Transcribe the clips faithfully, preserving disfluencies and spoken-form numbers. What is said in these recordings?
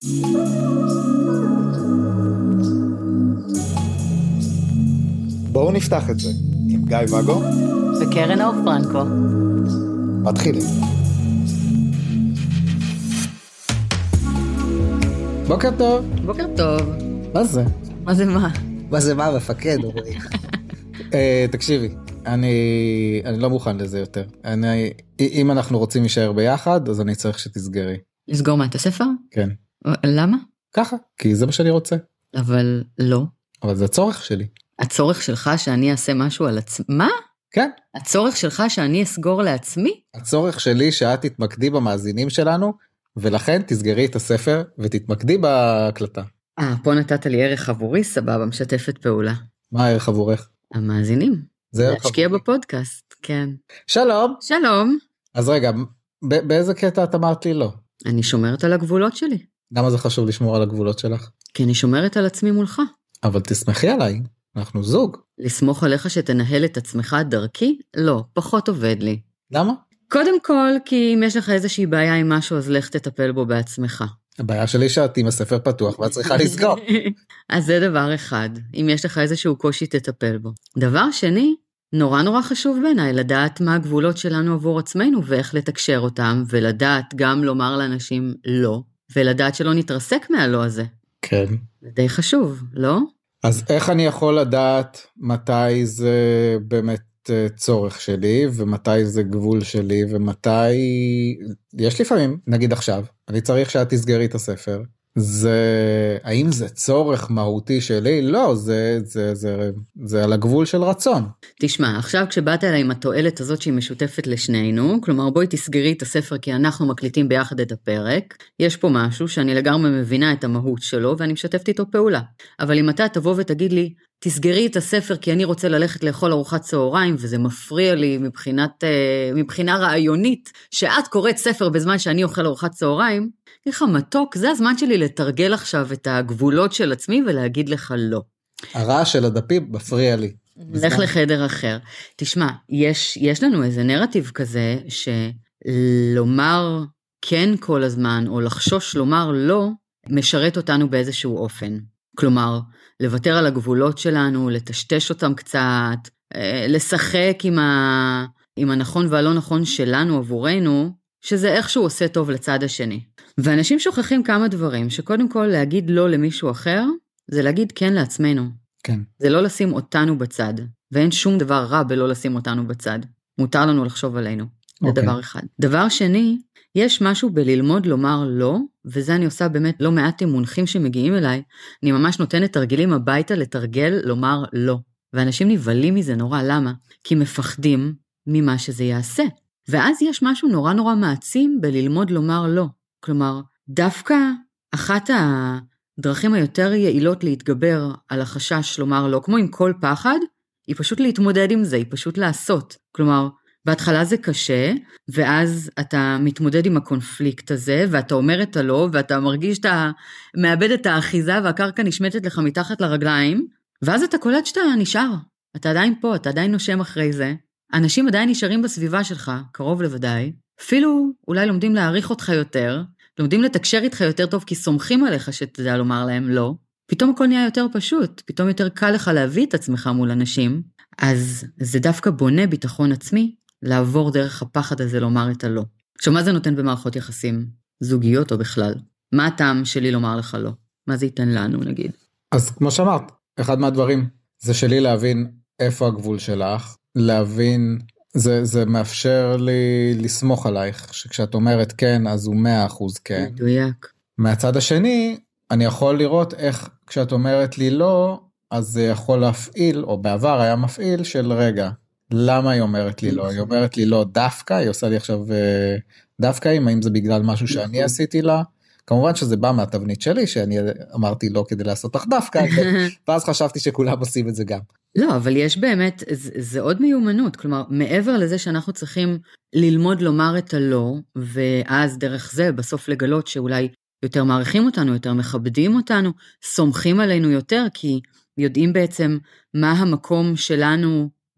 בואו נפתח את זה עם גיא וגו וקרן אור פרנקו. מתחילים. בוקר טוב. בוקר טוב. מה זה? מה זה מה? מה זה מה? מפקד. תקשיבי, אני אני לא מוכן לזה יותר. אני אם אנחנו רוצים להישאר ביחד, אז אני צריך שתסגרי. לסגור מה, את הספר? כן. למה? ככה, כי זה מה שאני רוצה. אבל לא. אבל זה הצורך שלי. הצורך שלך שאני אעשה משהו על עצמי? מה? כן. הצורך שלך שאני אסגור לעצמי? הצורך שלי שאת תתמקדי במאזינים שלנו, ולכן תסגרי את הספר ותתמקדי בהקלטה. אה, פה נתת לי ערך עבורי, סבבה, משתפת פעולה. מה הערך עבורך? המאזינים. זה ערך להשקיע עבורי. בפודקאסט, כן. שלום. שלום. אז רגע, ב- באיזה קטע את אמרת לי לא? אני שומרת על הגבולות שלי. למה זה חשוב לשמור על הגבולות שלך? כי אני שומרת על עצמי מולך. אבל תסמכי עליי, אנחנו זוג. לסמוך עליך שתנהל את עצמך דרכי? לא, פחות עובד לי. למה? קודם כל, כי אם יש לך איזושהי בעיה עם משהו, אז לך תטפל בו בעצמך. הבעיה שלי שאת עם הספר פתוח ואת צריכה לסגור. אז זה דבר אחד, אם יש לך איזשהו קושי תטפל בו. דבר שני, נורא נורא חשוב בעיניי לדעת מה הגבולות שלנו עבור עצמנו ואיך לתקשר אותם, ולדעת גם לומר לאנשים לא, ולדעת שלא נתרסק מהלא הזה. כן. זה די חשוב, לא? אז איך אני יכול לדעת מתי זה באמת צורך שלי, ומתי זה גבול שלי, ומתי... יש לפעמים, נגיד עכשיו, אני צריך שאת תסגרי את הספר. זה... האם זה צורך מהותי שלי? לא, זה, זה, זה, זה על הגבול של רצון. תשמע, עכשיו כשבאת אליי עם התועלת הזאת שהיא משותפת לשנינו, כלומר בואי תסגרי את הספר כי אנחנו מקליטים ביחד את הפרק, יש פה משהו שאני לגמרי מבינה את המהות שלו ואני משתפת איתו פעולה. אבל אם אתה תבוא ותגיד לי, תסגרי את הספר כי אני רוצה ללכת לאכול ארוחת צהריים, וזה מפריע לי מבחינת, מבחינה רעיונית, שאת קוראת ספר בזמן שאני אוכל ארוחת צהריים, איך המתוק, זה הזמן שלי לתרגל עכשיו את הגבולות של עצמי ולהגיד לך לא. הרעש של הדפים מפריע לי. לך לחדר אחר. תשמע, יש, יש לנו איזה נרטיב כזה, שלומר כן כל הזמן, או לחשוש לומר לא, משרת אותנו באיזשהו אופן. כלומר, לוותר על הגבולות שלנו, לטשטש אותם קצת, לשחק עם, ה... עם הנכון והלא נכון שלנו עבורנו, שזה איכשהו עושה טוב לצד השני. ואנשים שוכחים כמה דברים, שקודם כל להגיד לא למישהו אחר, זה להגיד כן לעצמנו. כן. זה לא לשים אותנו בצד, ואין שום דבר רע בלא לשים אותנו בצד. מותר לנו לחשוב עלינו, זה אוקיי. דבר אחד. דבר שני, יש משהו בללמוד לומר לא, וזה אני עושה באמת לא מעט עם מונחים שמגיעים אליי, אני ממש נותנת תרגילים הביתה לתרגל לומר לא. ואנשים נבלים מזה נורא, למה? כי מפחדים ממה שזה יעשה. ואז יש משהו נורא נורא מעצים בללמוד לומר לא. כלומר, דווקא אחת הדרכים היותר יעילות להתגבר על החשש לומר לא, כמו עם כל פחד, היא פשוט להתמודד עם זה, היא פשוט לעשות. כלומר, בהתחלה זה קשה, ואז אתה מתמודד עם הקונפליקט הזה, ואתה אומר את הלא, ואתה מרגיש שאתה מאבד את האחיזה, והקרקע נשמטת לך מתחת לרגליים, ואז אתה קולט שאתה נשאר. אתה עדיין פה, אתה עדיין נושם אחרי זה. אנשים עדיין נשארים בסביבה שלך, קרוב לוודאי, אפילו אולי לומדים להעריך אותך יותר, לומדים לתקשר איתך יותר טוב, כי סומכים עליך שתדע לומר להם לא. פתאום הכל נהיה יותר פשוט, פתאום יותר קל לך להביא את עצמך מול אנשים, אז זה דווקא בונה ביטחון עצמי, לעבור דרך הפחד הזה לומר את הלא. עכשיו, מה זה נותן במערכות יחסים? זוגיות או בכלל? מה הטעם שלי לומר לך לא? מה זה ייתן לנו, נגיד? אז כמו שאמרת, אחד מהדברים זה שלי להבין איפה הגבול שלך, להבין, זה, זה מאפשר לי לסמוך עלייך, שכשאת אומרת כן, אז הוא מאה אחוז כן. מדויק. מהצד השני, אני יכול לראות איך כשאת אומרת לי לא, אז זה יכול להפעיל, או בעבר היה מפעיל של רגע, למה היא אומרת לי לא? היא אומרת לי לא דווקא, היא עושה לי עכשיו דווקא, האם זה בגלל משהו שאני עשיתי לה? כמובן שזה בא מהתבנית שלי, שאני אמרתי לא כדי לעשות לך דווקא, ואז חשבתי שכולם עושים את זה גם. לא, אבל יש באמת, זה, זה עוד מיומנות, כלומר, מעבר לזה שאנחנו צריכים ללמוד לומר את הלא, ואז דרך זה בסוף לגלות שאולי יותר מעריכים אותנו, יותר מכבדים אותנו, סומכים עלינו יותר, כי יודעים בעצם מה המקום שלנו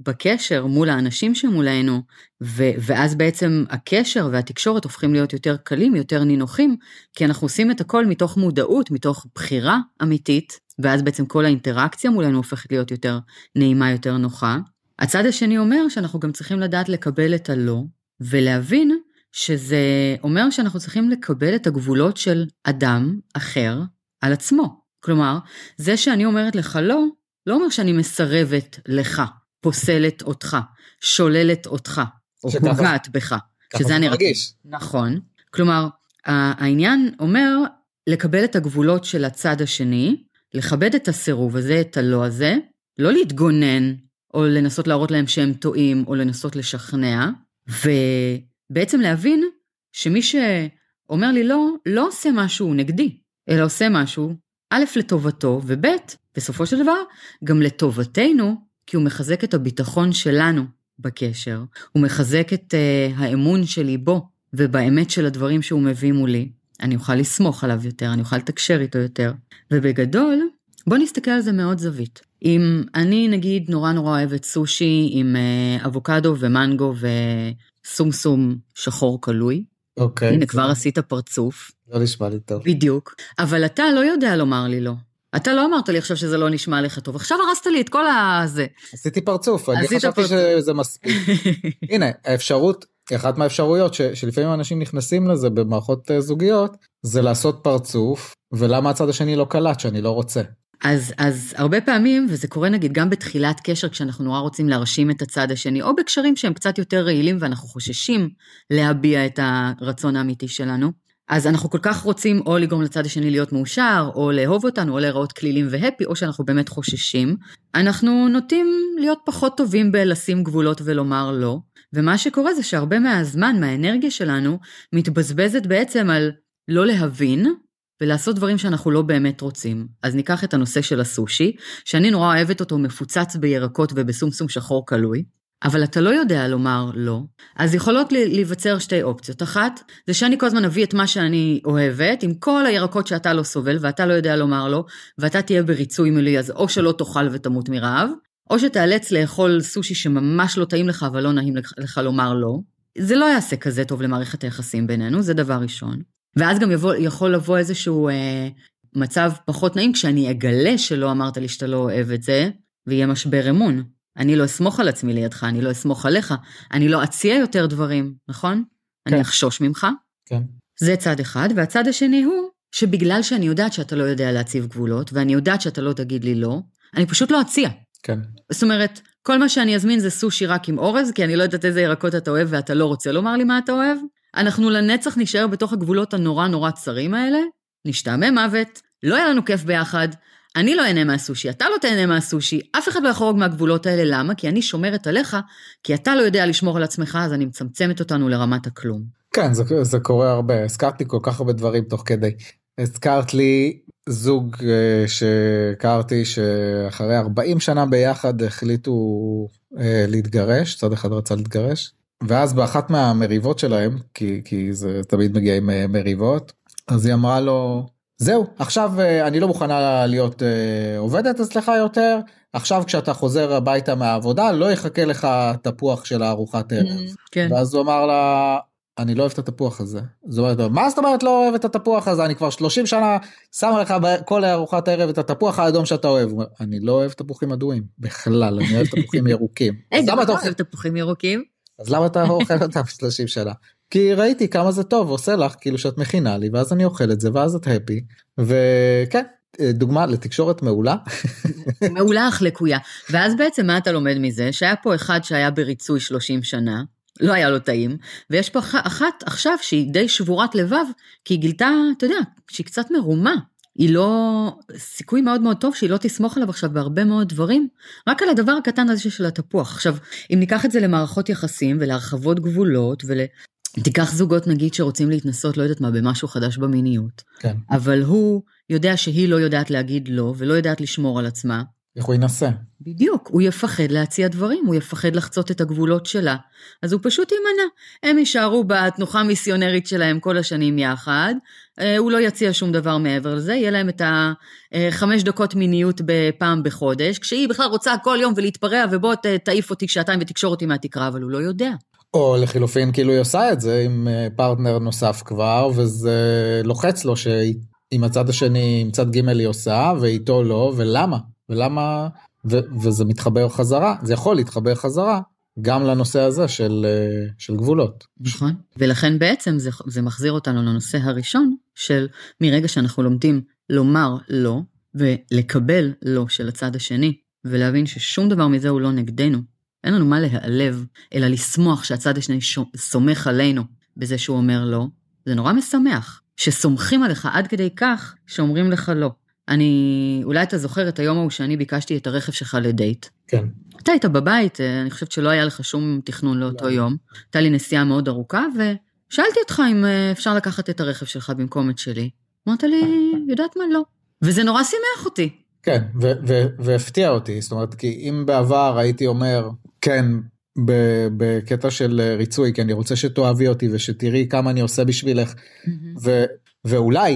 בקשר מול האנשים שמולנו, ו- ואז בעצם הקשר והתקשורת הופכים להיות יותר קלים, יותר נינוחים, כי אנחנו עושים את הכל מתוך מודעות, מתוך בחירה אמיתית, ואז בעצם כל האינטראקציה מולנו הופכת להיות יותר נעימה, יותר נוחה. הצד השני אומר שאנחנו גם צריכים לדעת לקבל את הלא, ולהבין שזה אומר שאנחנו צריכים לקבל את הגבולות של אדם אחר על עצמו. כלומר, זה שאני אומרת לך לא, לא אומר שאני מסרבת לך, פוסלת אותך, שוללת אותך, או פוגעת בך. שזה אני רגיש. נכון. כלומר, העניין אומר לקבל את הגבולות של הצד השני, לכבד את הסירוב הזה, את הלא הזה, לא להתגונן, או לנסות להראות להם שהם טועים, או לנסות לשכנע, ובעצם להבין שמי שאומר לי לא, לא עושה משהו נגדי, אלא עושה משהו, א' לטובתו, וב' בסופו של דבר, גם לטובתנו, כי הוא מחזק את הביטחון שלנו בקשר, הוא מחזק את uh, האמון שלי בו, ובאמת של הדברים שהוא מביא מולי, אני אוכל לסמוך עליו יותר, אני אוכל לתקשר איתו יותר, ובגדול, בוא נסתכל על זה מאוד זווית. אם אני נגיד נורא נורא אוהבת סושי עם uh, אבוקדו ומנגו וסומסום שחור קלוי, אוקיי. הנה כבר עשית פרצוף. לא נשמע לי טוב. בדיוק. אבל אתה לא יודע לומר לי לא. אתה לא אמרת לי עכשיו שזה לא נשמע לך טוב. עכשיו הרסת לי את כל הזה. עשיתי פרצוף. אני חשבתי שזה מספיק. הנה, האפשרות, אחת מהאפשרויות שלפעמים אנשים נכנסים לזה במערכות זוגיות, זה לעשות פרצוף, ולמה הצד השני לא קלט שאני לא רוצה. אז, אז הרבה פעמים, וזה קורה נגיד גם בתחילת קשר, כשאנחנו נורא רוצים להרשים את הצד השני, או בקשרים שהם קצת יותר רעילים, ואנחנו חוששים להביע את הרצון האמיתי שלנו, אז אנחנו כל כך רוצים או לגרום לצד השני להיות מאושר, או לאהוב אותנו, או להיראות כלילים והפי, או שאנחנו באמת חוששים. אנחנו נוטים להיות פחות טובים בלשים גבולות ולומר לא, ומה שקורה זה שהרבה מהזמן, מהאנרגיה שלנו, מתבזבזת בעצם על לא להבין, ולעשות דברים שאנחנו לא באמת רוצים. אז ניקח את הנושא של הסושי, שאני נורא אוהבת אותו מפוצץ בירקות ובסומסום שחור קלוי, אבל אתה לא יודע לומר לא, אז יכולות להיווצר שתי אופציות. אחת, זה שאני כל הזמן אביא את מה שאני אוהבת, עם כל הירקות שאתה לא סובל, ואתה לא יודע לומר לא, ואתה תהיה בריצוי מולי, אז או שלא תאכל ותמות מרעב, או שתאלץ לאכול סושי שממש לא טעים לך, אבל לא נעים לך לומר לא. זה לא יעשה כזה טוב למערכת היחסים בינינו, זה דבר ראשון. ואז גם יבוא, יכול לבוא איזשהו אה, מצב פחות נעים, כשאני אגלה שלא אמרת לי שאתה לא אוהב את זה, ויהיה משבר אמון. אני לא אסמוך על עצמי לידך, אני לא אסמוך עליך, אני לא אציע יותר דברים, נכון? כן. אני אחשוש ממך. כן. זה צד אחד, והצד השני הוא, שבגלל שאני יודעת שאתה לא יודע להציב גבולות, ואני יודעת שאתה לא תגיד לי לא, אני פשוט לא אציע. כן. זאת אומרת, כל מה שאני אזמין זה סושי רק עם אורז, כי אני לא יודעת איזה ירקות אתה אוהב, ואתה לא רוצה לומר לי מה אתה אוהב. אנחנו לנצח נשאר בתוך הגבולות הנורא נורא צרים האלה, נשתעמם מוות, לא יהיה לנו כיף ביחד, אני לא אהנה מהסושי, אתה לא תהנה מהסושי, אף אחד לא יחרוג מהגבולות האלה, למה? כי אני שומרת עליך, כי אתה לא יודע לשמור על עצמך, אז אני מצמצמת אותנו לרמת הכלום. כן, זה, זה קורה הרבה, הזכרת לי כל כך הרבה דברים תוך כדי, הזכרת לי זוג שהכרתי, שאחרי ארבעים שנה ביחד החליטו להתגרש, צד אחד רצה להתגרש, ואז באחת מהמריבות שלהם, כי, כי זה תמיד מגיע עם מריבות, אז היא אמרה לו, זהו, עכשיו אני לא מוכנה להיות עובדת אצלך יותר, עכשיו כשאתה חוזר הביתה מהעבודה, לא יחכה לך תפוח של הארוחת ערב. כן. ואז הוא אמר לה, אני לא אוהב את התפוח הזה. זאת אומרת, מה זאת אומרת לא אוהב את התפוח הזה? אני כבר שלושים שנה שם לך כל ארוחת הערב את התפוח האדום שאתה אוהב. הוא אומר, אני לא אוהב תפוחים אדומים, בכלל, אני אוהב תפוחים ירוקים. אז למה אתה אוהב תפוחים ירוקים? אז למה אתה אוכל אותם שלושים שנה? כי ראיתי כמה זה טוב, עושה לך, כאילו שאת מכינה לי, ואז אני אוכל את זה, ואז את הפי, וכן, דוגמה לתקשורת מעולה. מעולה אך לקויה, ואז בעצם מה אתה לומד מזה? שהיה פה אחד שהיה בריצוי שלושים שנה, לא היה לו טעים, ויש פה אחת עכשיו שהיא די שבורת לבב, כי היא גילתה, אתה יודע, שהיא קצת מרומה, היא לא, סיכוי מאוד מאוד טוב שהיא לא תסמוך עליו עכשיו בהרבה מאוד דברים, רק על הדבר הקטן הזה של התפוח. עכשיו, אם ניקח את זה למערכות יחסים ולהרחבות גבולות, ול... תיקח זוגות נגיד שרוצים להתנסות, לא יודעת מה, במשהו חדש במיניות, כן. אבל הוא יודע שהיא לא יודעת להגיד לא, ולא יודעת לשמור על עצמה, איך הוא ינסה? בדיוק, הוא יפחד להציע דברים, הוא יפחד לחצות את הגבולות שלה, אז הוא פשוט יימנע. הם יישארו בתנוחה המיסיונרית שלהם כל השנים יחד, הוא לא יציע שום דבר מעבר לזה, יהיה להם את החמש דקות מיניות בפעם בחודש, כשהיא בכלל רוצה כל יום ולהתפרע, ובוא תעיף אותי שעתיים ותקשור אותי מהתקרה, אבל הוא לא יודע. או לחילופין כאילו היא עושה את זה עם פרטנר נוסף כבר, וזה לוחץ לו שעם הצד השני, עם צד ג' היא עושה, ואיתו לא, ולמה? ולמה? ו- וזה מתחבר חזרה, זה יכול להתחבר חזרה, גם לנושא הזה של, של גבולות. נכון, ולכן בעצם זה, זה מחזיר אותנו לנושא הראשון, של מרגע שאנחנו לומדים לומר לא, ולקבל לא של הצד השני, ולהבין ששום דבר מזה הוא לא נגדנו, אין לנו מה להיעלב, אלא לשמוח שהצד השני סומך עלינו, בזה שהוא אומר לא, זה נורא משמח, שסומכים עליך עד כדי כך, שאומרים לך לא. אני, אולי אתה זוכר את היום ההוא שאני ביקשתי את הרכב שלך לדייט. כן. אתה היית בבית, אני חושבת שלא היה לך שום תכנון לאותו יום, הייתה לי נסיעה מאוד ארוכה, ושאלתי אותך אם אפשר לקחת את הרכב שלך במקום את שלי. אמרת לי, יודעת מה? לא. וזה נורא שימח אותי. כן, ו- ו- והפתיע אותי, זאת אומרת, כי אם בעבר הייתי אומר, כן, ב- בקטע של ריצוי, כי אני רוצה שתאהבי אותי, ושתראי כמה אני עושה בשבילך, ו- ואולי,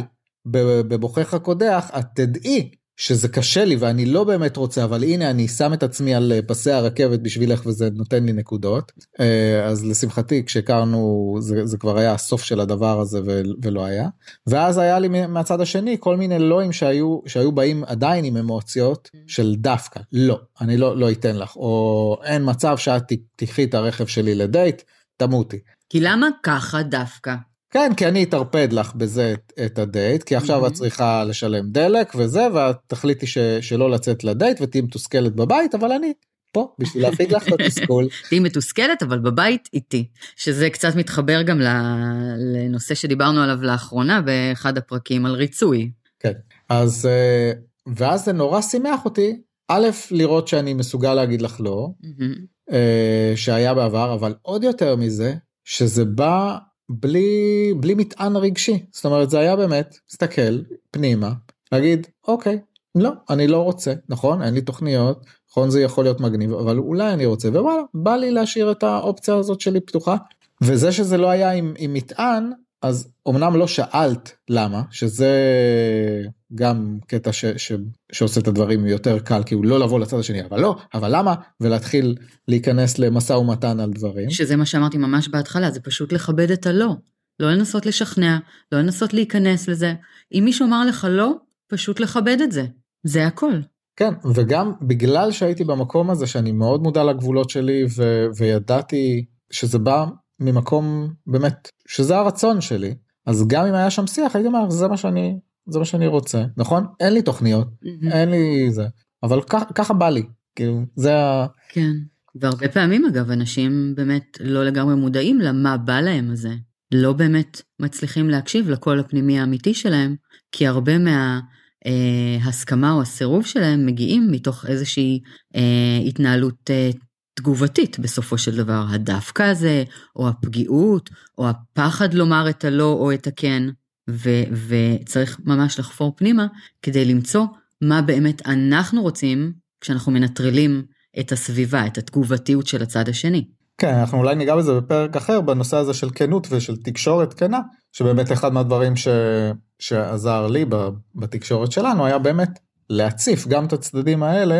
בבוכך הקודח, את תדעי שזה קשה לי, ואני לא באמת רוצה, אבל הנה אני שם את עצמי על פסי הרכבת בשבילך, וזה נותן לי נקודות. אז לשמחתי, כשהכרנו, זה, זה כבר היה הסוף של הדבר הזה, ולא היה. ואז היה לי מהצד השני, כל מיני לואים שהיו, שהיו באים עדיין עם אמוציות, של דווקא, לא, אני לא, לא אתן לך, או אין מצב שאת תקחי את הרכב שלי לדייט, תמותי. כי למה ככה דווקא? כן, כי אני אתרפד לך בזה את, את הדייט, כי עכשיו mm-hmm. את צריכה לשלם דלק וזה, ואת תחליטי ש, שלא לצאת לדייט, ותהי מתוסכלת בבית, אבל אני פה, בשביל להפיג לך את התסכול. תהי מתוסכלת, אבל בבית איתי, שזה קצת מתחבר גם לנושא שדיברנו עליו לאחרונה, באחד הפרקים על ריצוי. כן, אז, ואז זה נורא שימח אותי, א', לראות שאני מסוגל להגיד לך לא, mm-hmm. שהיה בעבר, אבל עוד יותר מזה, שזה בא בלי, בלי מטען רגשי, זאת אומרת זה היה באמת, סתכל פנימה, להגיד אוקיי, לא, אני לא רוצה, נכון, אין לי תוכניות, נכון זה יכול להיות מגניב, אבל אולי אני רוצה, ווואלה, בא לי להשאיר את האופציה הזאת שלי פתוחה, וזה שזה לא היה עם, עם מטען, אז אמנם לא שאלת למה, שזה גם קטע ש, ש, שעושה את הדברים יותר קל, כי הוא לא לבוא לצד השני, אבל לא, אבל למה? ולהתחיל להיכנס למשא ומתן על דברים. שזה מה שאמרתי ממש בהתחלה, זה פשוט לכבד את הלא, לא לנסות לשכנע, לא לנסות להיכנס לזה, אם מישהו אמר לך לא, פשוט לכבד את זה, זה הכל. כן, וגם בגלל שהייתי במקום הזה, שאני מאוד מודע לגבולות שלי, ו, וידעתי שזה בא ממקום באמת, שזה הרצון שלי, אז גם אם היה שם שיח, הייתי אומר, זה מה שאני, זה מה שאני רוצה, נכון? אין לי תוכניות, mm-hmm. אין לי זה, אבל כ- ככה בא לי, כאילו, זה ה... כן, והרבה פעמים אגב, אנשים באמת לא לגמרי מודעים למה בא להם הזה, לא באמת מצליחים להקשיב לקול הפנימי האמיתי שלהם, כי הרבה מההסכמה או הסירוב שלהם מגיעים מתוך איזושהי אה, התנהלות אה, תגובתית בסופו של דבר, הדווקא הזה, או הפגיעות, או הפחד לומר את הלא או את הכן, ו- וצריך ממש לחפור פנימה, כדי למצוא מה באמת אנחנו רוצים, כשאנחנו מנטרלים את הסביבה, את התגובתיות של הצד השני. כן, אנחנו אולי ניגע בזה בפרק אחר, בנושא הזה של כנות ושל תקשורת כנה, שבאמת אחד מהדברים ש... שעזר לי בתקשורת שלנו, היה באמת להציף גם את הצדדים האלה,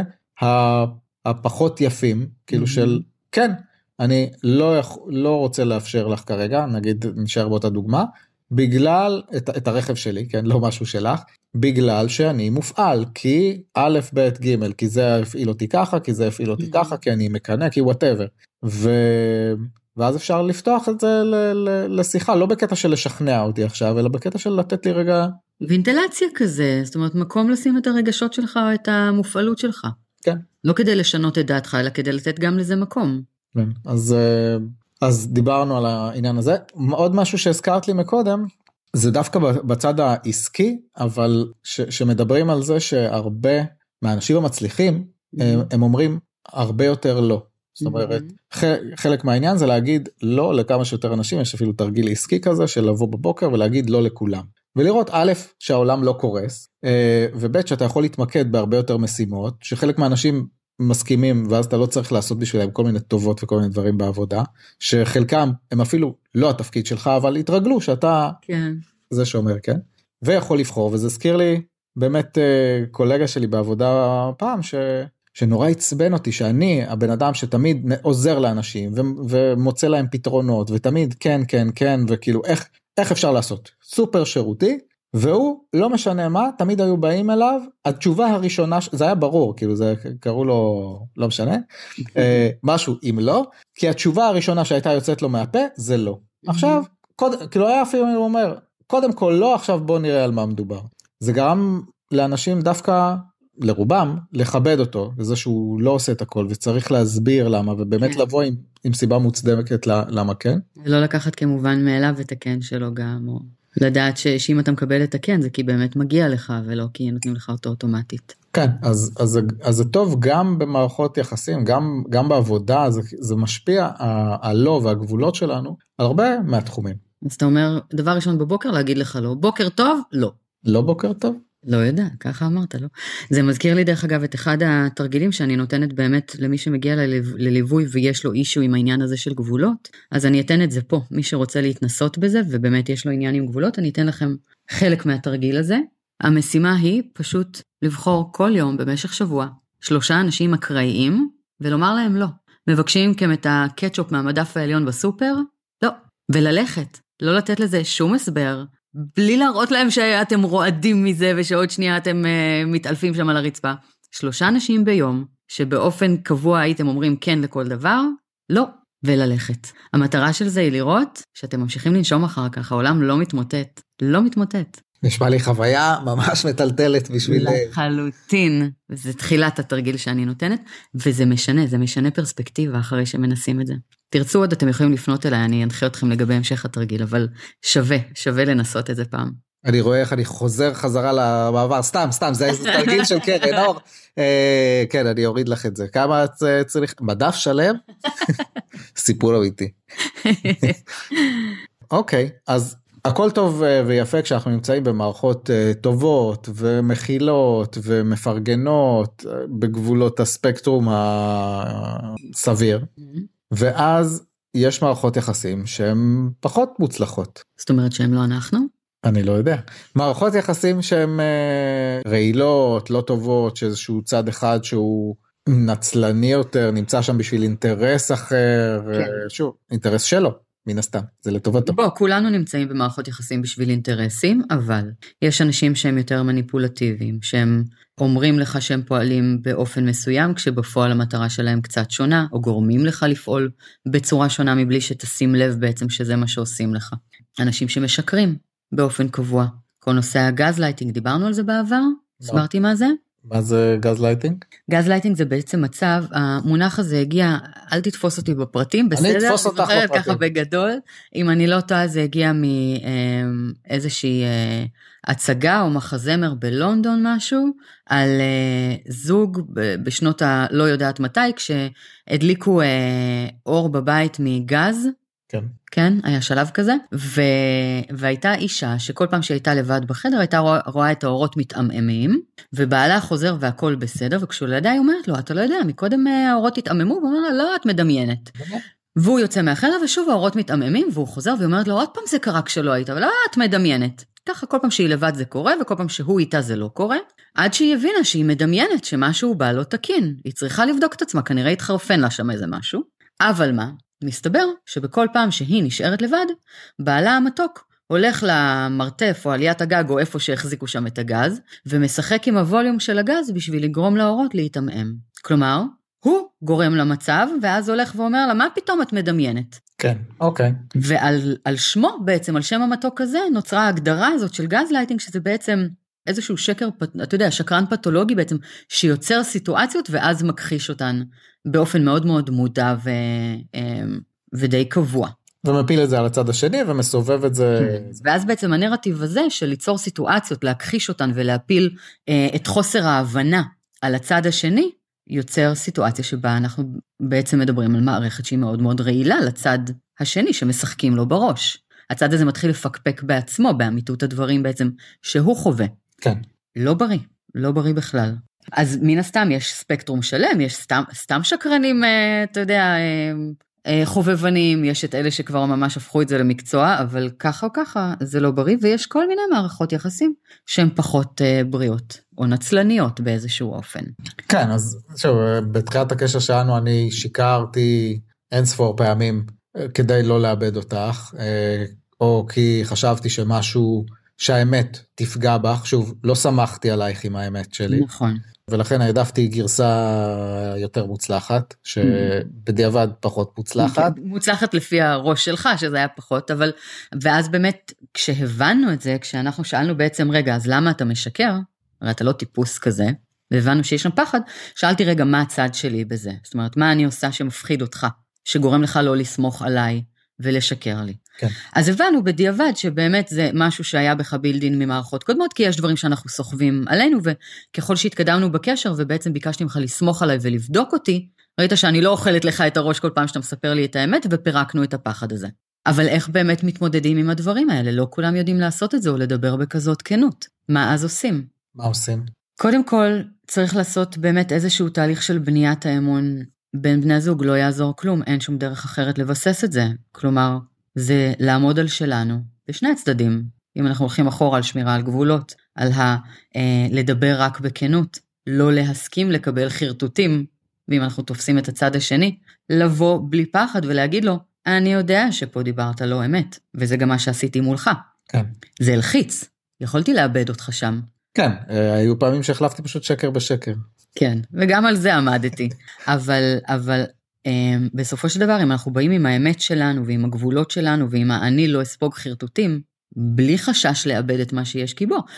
הפחות יפים, כאילו של, כן, אני לא, לא רוצה לאפשר לך כרגע, נגיד נשאר באותה דוגמה, בגלל, את, את הרכב שלי, כן, לא משהו שלך, בגלל שאני מופעל, כי א', ב', ג', כי זה הפעיל אותי ככה, כי זה הפעיל אותי ככה, כי אני מקנה, כי whatever. ו... ואז אפשר לפתוח את זה ל, ל, לשיחה, לא בקטע של לשכנע אותי עכשיו, אלא בקטע של לתת לי רגע... וינטלציה כזה, זאת אומרת, מקום לשים את הרגשות שלך, את המופעלות שלך. כן. לא כדי לשנות את דעתך, אלא כדי לתת גם לזה מקום. כן, אז, אז דיברנו על העניין הזה. עוד משהו שהזכרת לי מקודם, זה דווקא בצד העסקי, אבל ש, שמדברים על זה שהרבה מהאנשים המצליחים, mm-hmm. הם, הם אומרים הרבה יותר לא. זאת אומרת, mm-hmm. חלק מהעניין זה להגיד לא לכמה שיותר אנשים, יש אפילו תרגיל עסקי כזה, של לבוא בבוקר ולהגיד לא לכולם. ולראות א', שהעולם לא קורס, וב', שאתה יכול להתמקד בהרבה יותר משימות, שחלק מהאנשים מסכימים, ואז אתה לא צריך לעשות בשבילם כל מיני טובות וכל מיני דברים בעבודה, שחלקם הם אפילו לא התפקיד שלך, אבל התרגלו שאתה כן. זה שאומר, כן? ויכול לבחור, וזה הזכיר לי באמת קולגה שלי בעבודה פעם, ש... שנורא הצבן אותי, שאני הבן אדם שתמיד עוזר לאנשים, ו... ומוצא להם פתרונות, ותמיד כן, כן, כן, וכאילו איך, איך אפשר לעשות? סופר שירותי, והוא לא משנה מה, תמיד היו באים אליו, התשובה הראשונה, זה היה ברור, כאילו זה קראו לו, לא משנה, משהו אם לא, כי התשובה הראשונה שהייתה יוצאת לו מהפה, זה לא. עכשיו, קוד... כאילו היה אפילו הוא אומר, קודם כל לא, עכשיו בוא נראה על מה מדובר. זה גרם לאנשים דווקא, לרובם, לכבד אותו, וזה שהוא לא עושה את הכל, וצריך להסביר למה, ובאמת כן. לבוא עם, עם סיבה מוצדקת למה כן. ולא לקחת כמובן מאליו את הכן שלו גם, או לדעת ש, שאם אתה מקבל את הכן, זה כי באמת מגיע לך, ולא כי נותנים לך אותו אוטומטית. כן, אז, אז, אז זה טוב גם במערכות יחסים, גם, גם בעבודה, זה, זה משפיע, הלא והגבולות שלנו, על הרבה מהתחומים. אז אתה אומר, דבר ראשון בבוקר להגיד לך לא, בוקר טוב, לא. לא בוקר טוב? לא יודע, ככה אמרת, לא. זה מזכיר לי דרך אגב את אחד התרגילים שאני נותנת באמת למי שמגיע לליווי ויש לו אישו עם העניין הזה של גבולות, אז אני אתן את זה פה, מי שרוצה להתנסות בזה ובאמת יש לו עניין עם גבולות, אני אתן לכם חלק מהתרגיל הזה. המשימה היא פשוט לבחור כל יום במשך שבוע, שלושה אנשים אקראיים ולומר להם לא. מבקשים מכם את הקטשופ מהמדף העליון בסופר? לא. וללכת, לא לתת לזה שום הסבר, בלי להראות להם שאתם רועדים מזה, ושעוד שנייה אתם uh, מתעלפים שם על הרצפה. שלושה אנשים ביום, שבאופן קבוע הייתם אומרים כן לכל דבר, לא, וללכת. המטרה של זה היא לראות שאתם ממשיכים לנשום אחר כך, העולם לא מתמוטט, לא מתמוטט. נשמע לי חוויה ממש מטלטלת בשביל... לחלוטין, זה תחילת התרגיל שאני נותנת, וזה משנה, זה משנה פרספקטיבה אחרי שמנסים את זה. תרצו עוד, אתם יכולים לפנות אליי, אני אנחה אתכם לגבי המשך התרגיל, אבל שווה, שווה לנסות את זה פעם. אני רואה איך אני חוזר חזרה למעבר, סתם, סתם, זה תרגיל של קרן אור. כן, אני אוריד לך את זה. כמה את צריך? מדף שלם? סיפור לא איתי. אוקיי, אז... הכל טוב ויפה כשאנחנו נמצאים במערכות טובות ומכילות ומפרגנות בגבולות הספקטרום הסביר, ואז יש מערכות יחסים שהן פחות מוצלחות. זאת אומרת שהן לא אנחנו? אני לא יודע. מערכות יחסים שהן רעילות, לא טובות, שאיזשהו צד אחד שהוא נצלני יותר, נמצא שם בשביל אינטרס אחר, כן. שוב, אינטרס שלו. מן הסתם, זה לטובתו. בוא, כולנו נמצאים במערכות יחסים בשביל אינטרסים, אבל יש אנשים שהם יותר מניפולטיביים, שהם אומרים לך שהם פועלים באופן מסוים, כשבפועל המטרה שלהם קצת שונה, או גורמים לך לפעול בצורה שונה, מבלי שתשים לב בעצם שזה מה שעושים לך. אנשים שמשקרים באופן קבוע. כל נושא הגזלייטינג, דיברנו על זה בעבר? הסברתי מה זה? מה זה גזלייטינג? גזלייטינג זה בעצם מצב, המונח הזה הגיע, אל תתפוס אותי בפרטים, בסדר? אני אתפוס אותך בפרטים. ככה בגדול, אם אני לא טועה זה הגיע מאיזושהי הצגה או מחזמר בלונדון משהו, על זוג בשנות הלא יודעת מתי, כשהדליקו אור בבית מגז, כן. כן, היה שלב כזה, ו... והייתה אישה שכל פעם שהייתה לבד בחדר, הייתה רואה, רואה את האורות מתעממים, ובעלה חוזר והכל בסדר, וכשהוא לידה היא אומרת לו, אתה לא יודע, מקודם האורות התעממו, והוא אומר לה, לא, את מדמיינת. והוא יוצא מהחדר, ושוב האורות מתעממים, והוא חוזר ואומרת לו, עוד פעם זה קרה כשלא היית, אבל לא, את מדמיינת. ככה כל פעם שהיא לבד זה קורה, וכל פעם שהוא איתה זה לא קורה, עד שהיא הבינה שהיא מדמיינת שמשהו בא לא תקין. היא צריכה לבדוק את עצמה, כנראה התחרפן לה שם איזה משהו. אבל מה? מסתבר שבכל פעם שהיא נשארת לבד, בעלה המתוק הולך למרתף או עליית הגג או איפה שהחזיקו שם את הגז, ומשחק עם הווליום של הגז בשביל לגרום לאורות להתעמם. כלומר, הוא גורם למצב, ואז הולך ואומר לה, מה פתאום את מדמיינת? כן, אוקיי. ועל על שמו בעצם, על שם המתוק הזה, נוצרה ההגדרה הזאת של גזלייטינג, שזה בעצם איזשהו שקר, אתה יודע, שקרן פתולוגי בעצם, שיוצר סיטואציות ואז מכחיש אותן באופן מאוד מאוד מודע ו, ודי קבוע. ומפיל את זה על הצד השני ומסובב את זה. ואז בעצם הנרטיב הזה של ליצור סיטואציות, להכחיש אותן ולהפיל את חוסר ההבנה על הצד השני, יוצר סיטואציה שבה אנחנו בעצם מדברים על מערכת שהיא מאוד מאוד רעילה לצד השני שמשחקים לו בראש. הצד הזה מתחיל לפקפק בעצמו, באמיתות הדברים בעצם שהוא חווה. כן. לא בריא, לא בריא בכלל. אז מן הסתם יש ספקטרום שלם, יש סתם, סתם שקרנים, אתה יודע, חובבנים, יש את אלה שכבר ממש הפכו את זה למקצוע, אבל ככה או ככה זה לא בריא, ויש כל מיני מערכות יחסים שהן פחות בריאות, או נצלניות באיזשהו אופן. כן, אז שוב, בתחילת הקשר שלנו אני שיקרתי אין ספור פעמים כדי לא לאבד אותך, או כי חשבתי שמשהו, שהאמת תפגע בך, שוב, לא שמחתי עלייך עם האמת שלי. נכון. ולכן העדפתי גרסה יותר מוצלחת, שבדיעבד פחות מוצלחת. מוצלחת לפי הראש שלך, שזה היה פחות, אבל, ואז באמת, כשהבנו את זה, כשאנחנו שאלנו בעצם, רגע, אז למה אתה משקר? הרי אתה לא טיפוס כזה, והבנו שיש שם פחד, שאלתי רגע, מה הצד שלי בזה? זאת אומרת, מה אני עושה שמפחיד אותך, שגורם לך לא לסמוך עליי, ולשקר לי. כן. אז הבנו בדיעבד שבאמת זה משהו שהיה בך בילדין ממערכות קודמות, כי יש דברים שאנחנו סוחבים עלינו, וככל שהתקדמנו בקשר, ובעצם ביקשתי ממך לסמוך עליי ולבדוק אותי, ראית שאני לא אוכלת לך את הראש כל פעם שאתה מספר לי את האמת, ופרקנו את הפחד הזה. אבל איך באמת מתמודדים עם הדברים האלה? לא כולם יודעים לעשות את זה, או לדבר בכזאת כנות. מה אז עושים? מה עושים? קודם כל, צריך לעשות באמת איזשהו תהליך של בניית האמון בין בני זוג, לא יעזור כלום, אין שום דרך אחרת לבסס את זה. כלומר, זה לעמוד על שלנו, בשני הצדדים, אם אנחנו הולכים אחורה על שמירה על גבולות, על ה, אה, לדבר רק בכנות, לא להסכים לקבל חרטוטים, ואם אנחנו תופסים את הצד השני, לבוא בלי פחד ולהגיד לו, אני יודע שפה דיברת לא אמת, וזה גם מה שעשיתי מולך. כן. זה הלחיץ, יכולתי לאבד אותך שם. כן, היו פעמים שהחלפתי פשוט שקר בשקר. כן, וגם על זה עמדתי, אבל, אבל בסופו של דבר, אם אנחנו באים עם האמת שלנו, ועם הגבולות שלנו, ועם האני לא אספוג חרטוטים, בלי חשש לאבד את מה שיש, כי בוא,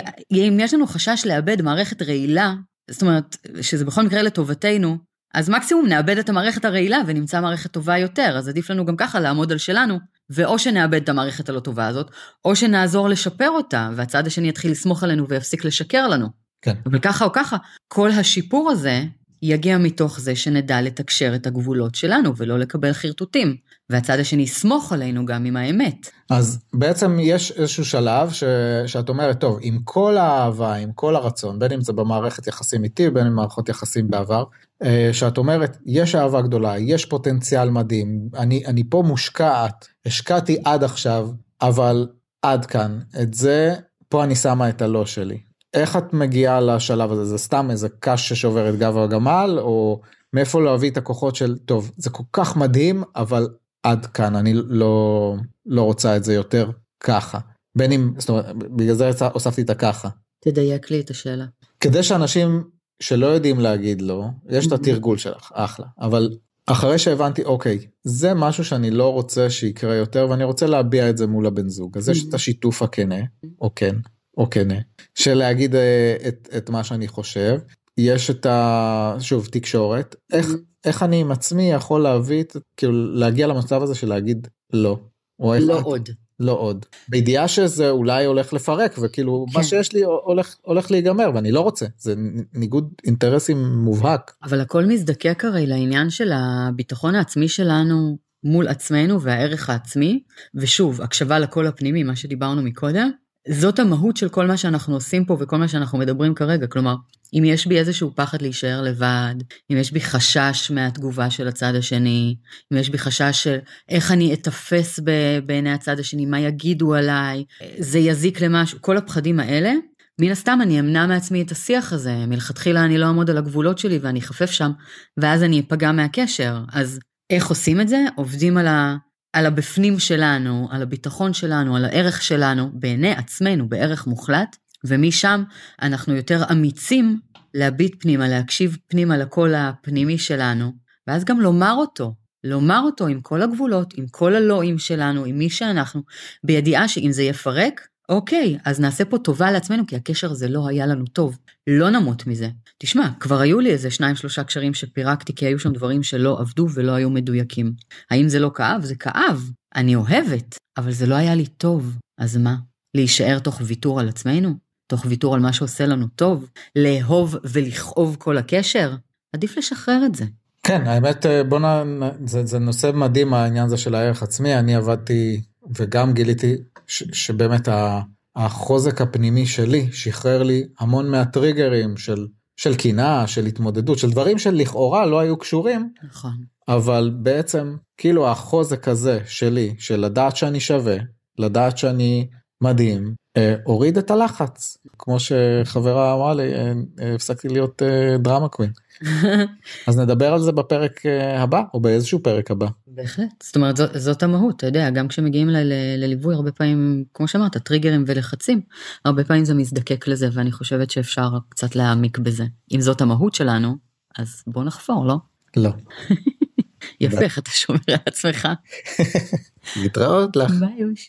אם יש לנו חשש לאבד מערכת רעילה, זאת אומרת, שזה בכל מקרה לטובתנו, אז מקסימום נאבד את המערכת הרעילה, ונמצא מערכת טובה יותר, אז עדיף לנו גם ככה לעמוד על שלנו, ואו שנאבד את המערכת הלא טובה הזאת, או שנעזור לשפר אותה, והצד השני יתחיל לסמוך עלינו, ויפסיק לשקר לנו. כן. אבל ככה או ככה, כל השיפור הזה, יגיע מתוך זה שנדע לתקשר את הגבולות שלנו, ולא לקבל חרטוטים, והצד השני יסמוך עלינו גם עם האמת. אז בעצם יש איזשהו שלב ש... שאת אומרת, טוב, עם כל האהבה, עם כל הרצון, בין אם זה במערכת יחסים איתי, בין אם מערכות יחסים בעבר, שאת אומרת, יש אהבה גדולה, יש פוטנציאל מדהים, אני, אני פה מושקעת, השקעתי עד עכשיו, אבל עד כאן, את זה, פה אני שמה את הלא שלי. איך את מגיעה לשלב הזה? זה סתם איזה קש ששובר את גב הגמל, או מאיפה להביא את הכוחות של, טוב, זה כל כך מדהים, אבל עד כאן, אני לא, לא רוצה את זה יותר ככה. בין אם, זאת אומרת, בגלל זה הוספתי את הככה. תדייק לי את השאלה. כדי שאנשים שלא יודעים להגיד לא, יש את התרגול שלך, אחלה. אבל אחרי שהבנתי, אוקיי, זה משהו שאני לא רוצה שיקרה יותר, ואני רוצה להביע את זה מול הבן זוג. אז יש את השיתוף הכנה, או כן. או כן, של להגיד את, את מה שאני חושב, יש את ה, שוב, תקשורת, איך, איך אני עם עצמי יכול להביא, כאילו, להגיע למצב הזה של להגיד לא, או לא את, עוד. לא עוד, בידיעה שזה אולי הולך לפרק, וכאילו, כן. מה שיש לי הולך, הולך להיגמר, ואני לא רוצה, זה ניגוד אינטרסים מובהק. אבל הכל מזדקק הרי לעניין של הביטחון העצמי שלנו, מול עצמנו והערך העצמי, ושוב, הקשבה לקול הפנימי, מה שדיברנו מקודם, זאת המהות של כל מה שאנחנו עושים פה, וכל מה שאנחנו מדברים כרגע, כלומר, אם יש בי איזשהו פחד להישאר לבד, אם יש בי חשש מהתגובה של הצד השני, אם יש בי חשש של איך אני אתפס בעיני הצד השני, מה יגידו עליי, זה יזיק למשהו, כל הפחדים האלה, מן הסתם אני אמנע מעצמי את השיח הזה, מלכתחילה אני לא אעמוד על הגבולות שלי, ואני חפף שם, ואז אני אפגע מהקשר, אז איך עושים את זה? עובדים על ה... על הבפנים שלנו, על הביטחון שלנו, על הערך שלנו, בעיני עצמנו, בערך מוחלט, ומשם אנחנו יותר אמיצים להביט פנימה, להקשיב פנימה לקול הפנימי שלנו, ואז גם לומר אותו, לומר אותו עם כל הגבולות, עם כל הלואים שלנו, עם מי שאנחנו, בידיעה שאם זה יפרק, אוקיי, אז נעשה פה טובה לעצמנו, כי הקשר הזה לא היה לנו טוב, לא נמות מזה. תשמע, כבר היו לי איזה שניים שלושה קשרים שפירקתי, כי היו שם דברים שלא עבדו ולא היו מדויקים. האם זה לא כאב? זה כאב. אני אוהבת, אבל זה לא היה לי טוב. אז מה? להישאר תוך ויתור על עצמנו? תוך ויתור על מה שעושה לנו טוב? לאהוב ולכאוב כל הקשר? עדיף לשחרר את זה. כן, האמת, בוא נ... זה, זה נושא מדהים העניין הזה של הערך עצמי, אני עבדתי וגם גיליתי ש, שבאמת החוזק הפנימי שלי שחרר לי המון מהטריגרים של, של קינה, של התמודדות, של דברים שלכאורה לא היו קשורים. נכון. אבל בעצם, כאילו החוזק הזה שלי, של לדעת שאני שווה, לדעת שאני מדהים, אה, הוריד את הלחץ. כמו שחברה אמרה לי, אה, אה, הפסקתי להיות אה, דרמה קווין. אז נדבר על זה בפרק אה, הבא, או באיזשהו פרק הבא. בהחלט. זאת אומרת, זאת, זאת המהות, אתה יודע, גם כשמגיעים ל, ל, לליווי, הרבה פעמים, כמו שאמרת, טריגרים ולחצים, הרבה פעמים זה מזדקק לזה, ואני חושבת שאפשר קצת להעמיק בזה. אם זאת המהות שלנו, אז בוא נחפור, לא? לא. יפה, איך אתה שומר על עצמך. להתראות לך. ביי יוש.